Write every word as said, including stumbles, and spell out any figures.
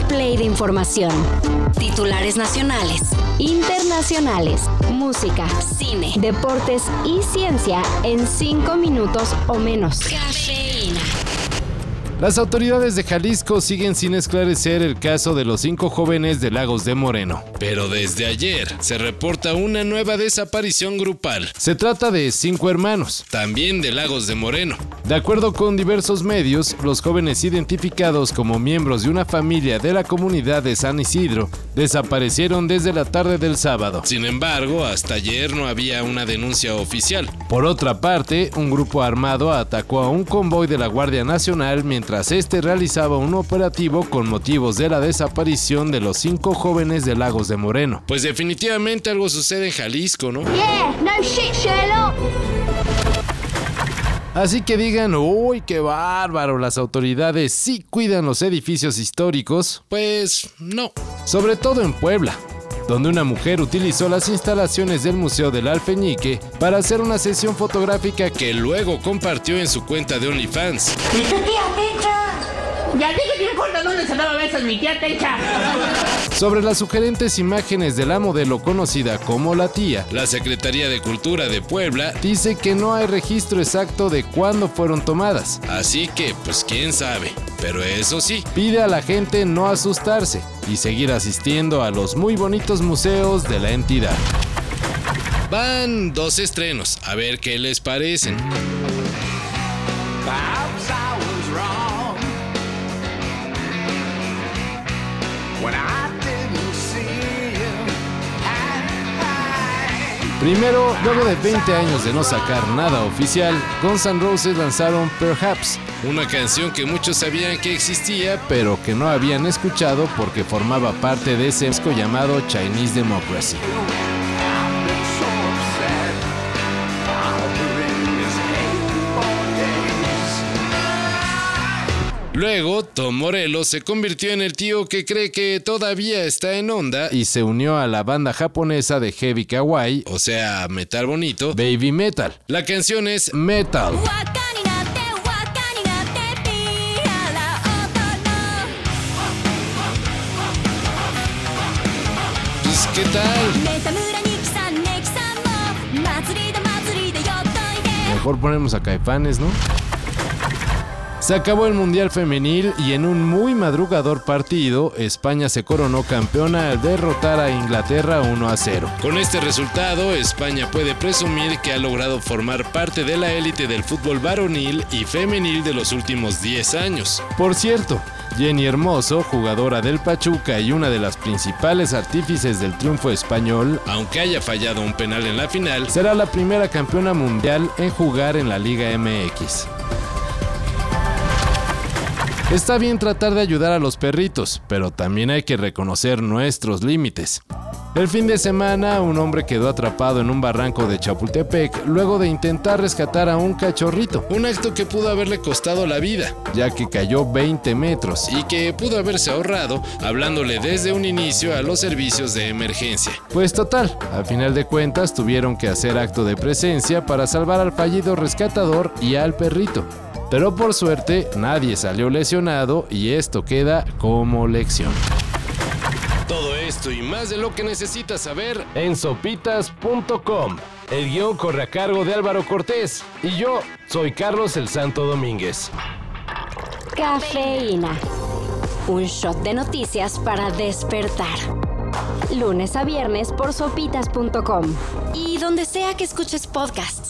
play de información. Titulares nacionales, internacionales, música, cine, deportes y ciencia en cinco minutos o menos. Cafeína. Las autoridades de Jalisco siguen sin esclarecer el caso de los cinco jóvenes de Lagos de Moreno. Pero desde ayer se reporta una nueva desaparición grupal. Se trata de cinco hermanos, también de Lagos de Moreno. De acuerdo con diversos medios, los jóvenes identificados como miembros de una familia de la comunidad de San Isidro desaparecieron desde la tarde del sábado. Sin embargo, hasta ayer no había una denuncia oficial. Por otra parte, un grupo armado atacó a un convoy de la Guardia Nacional mientras Mientras este realizaba un operativo con motivos de la desaparición de los cinco jóvenes de Lagos de Moreno. Pues definitivamente algo sucede en Jalisco, ¿no? Yeah, no shit, Sherlock. Así que digan, uy, qué bárbaro, las autoridades sí cuidan los edificios históricos. Pues no. Sobre todo en Puebla, donde una mujer utilizó las instalaciones del Museo del Alfeñique para hacer una sesión fotográfica que luego compartió en su cuenta de OnlyFans. ¡Mi tía Techa! Ya dije que importa dónde se daba besos mi tía Techa. Sobre las sugerentes imágenes de la modelo conocida como la tía, la Secretaría de Cultura de Puebla dice que no hay registro exacto de cuándo fueron tomadas. Así que, pues quién sabe. Pero eso sí, pide a la gente no asustarse y seguir asistiendo a los muy bonitos museos de la entidad. Van dos estrenos, a ver qué les parecen. Primero, luego de veinte años de no sacar nada oficial, Guns N' Roses lanzaron Perhaps, una canción que muchos sabían que existía, pero que no habían escuchado porque formaba parte de ese disco llamado Chinese Democracy. Luego, Tom Morello se convirtió en el tío que cree que todavía está en onda y se unió a la banda japonesa de heavy kawaii, o sea, metal bonito, Baby Metal. La canción es Metal. Pues, ¿qué tal? Mejor ponemos a Caifanes, ¿no? Se acabó el Mundial Femenil y en un muy madrugador partido, España se coronó campeona al derrotar a Inglaterra uno a cero. Con este resultado, España puede presumir que ha logrado formar parte de la élite del fútbol varonil y femenil de los últimos diez años. Por cierto, Jenny Hermoso, jugadora del Pachuca y una de las principales artífices del triunfo español, aunque haya fallado un penal en la final, será la primera campeona mundial en jugar en la Liga M X. Está bien tratar de ayudar a los perritos, pero también hay que reconocer nuestros límites. El fin de semana, un hombre quedó atrapado en un barranco de Chapultepec luego de intentar rescatar a un cachorrito. Un acto que pudo haberle costado la vida, ya que cayó veinte metros. Y que pudo haberse ahorrado hablándole desde un inicio a los servicios de emergencia. Pues total, al final de cuentas tuvieron que hacer acto de presencia para salvar al fallido rescatador y al perrito. Pero por suerte, nadie salió lesionado y esto queda como lección. Todo esto y más de lo que necesitas saber en sopitas punto com. El guión corre a cargo de Álvaro Cortés y yo soy Carlos el Santo Domínguez. Cafeína. Un shot de noticias para despertar. Lunes a viernes por sopitas punto com. Y donde sea que escuches podcast.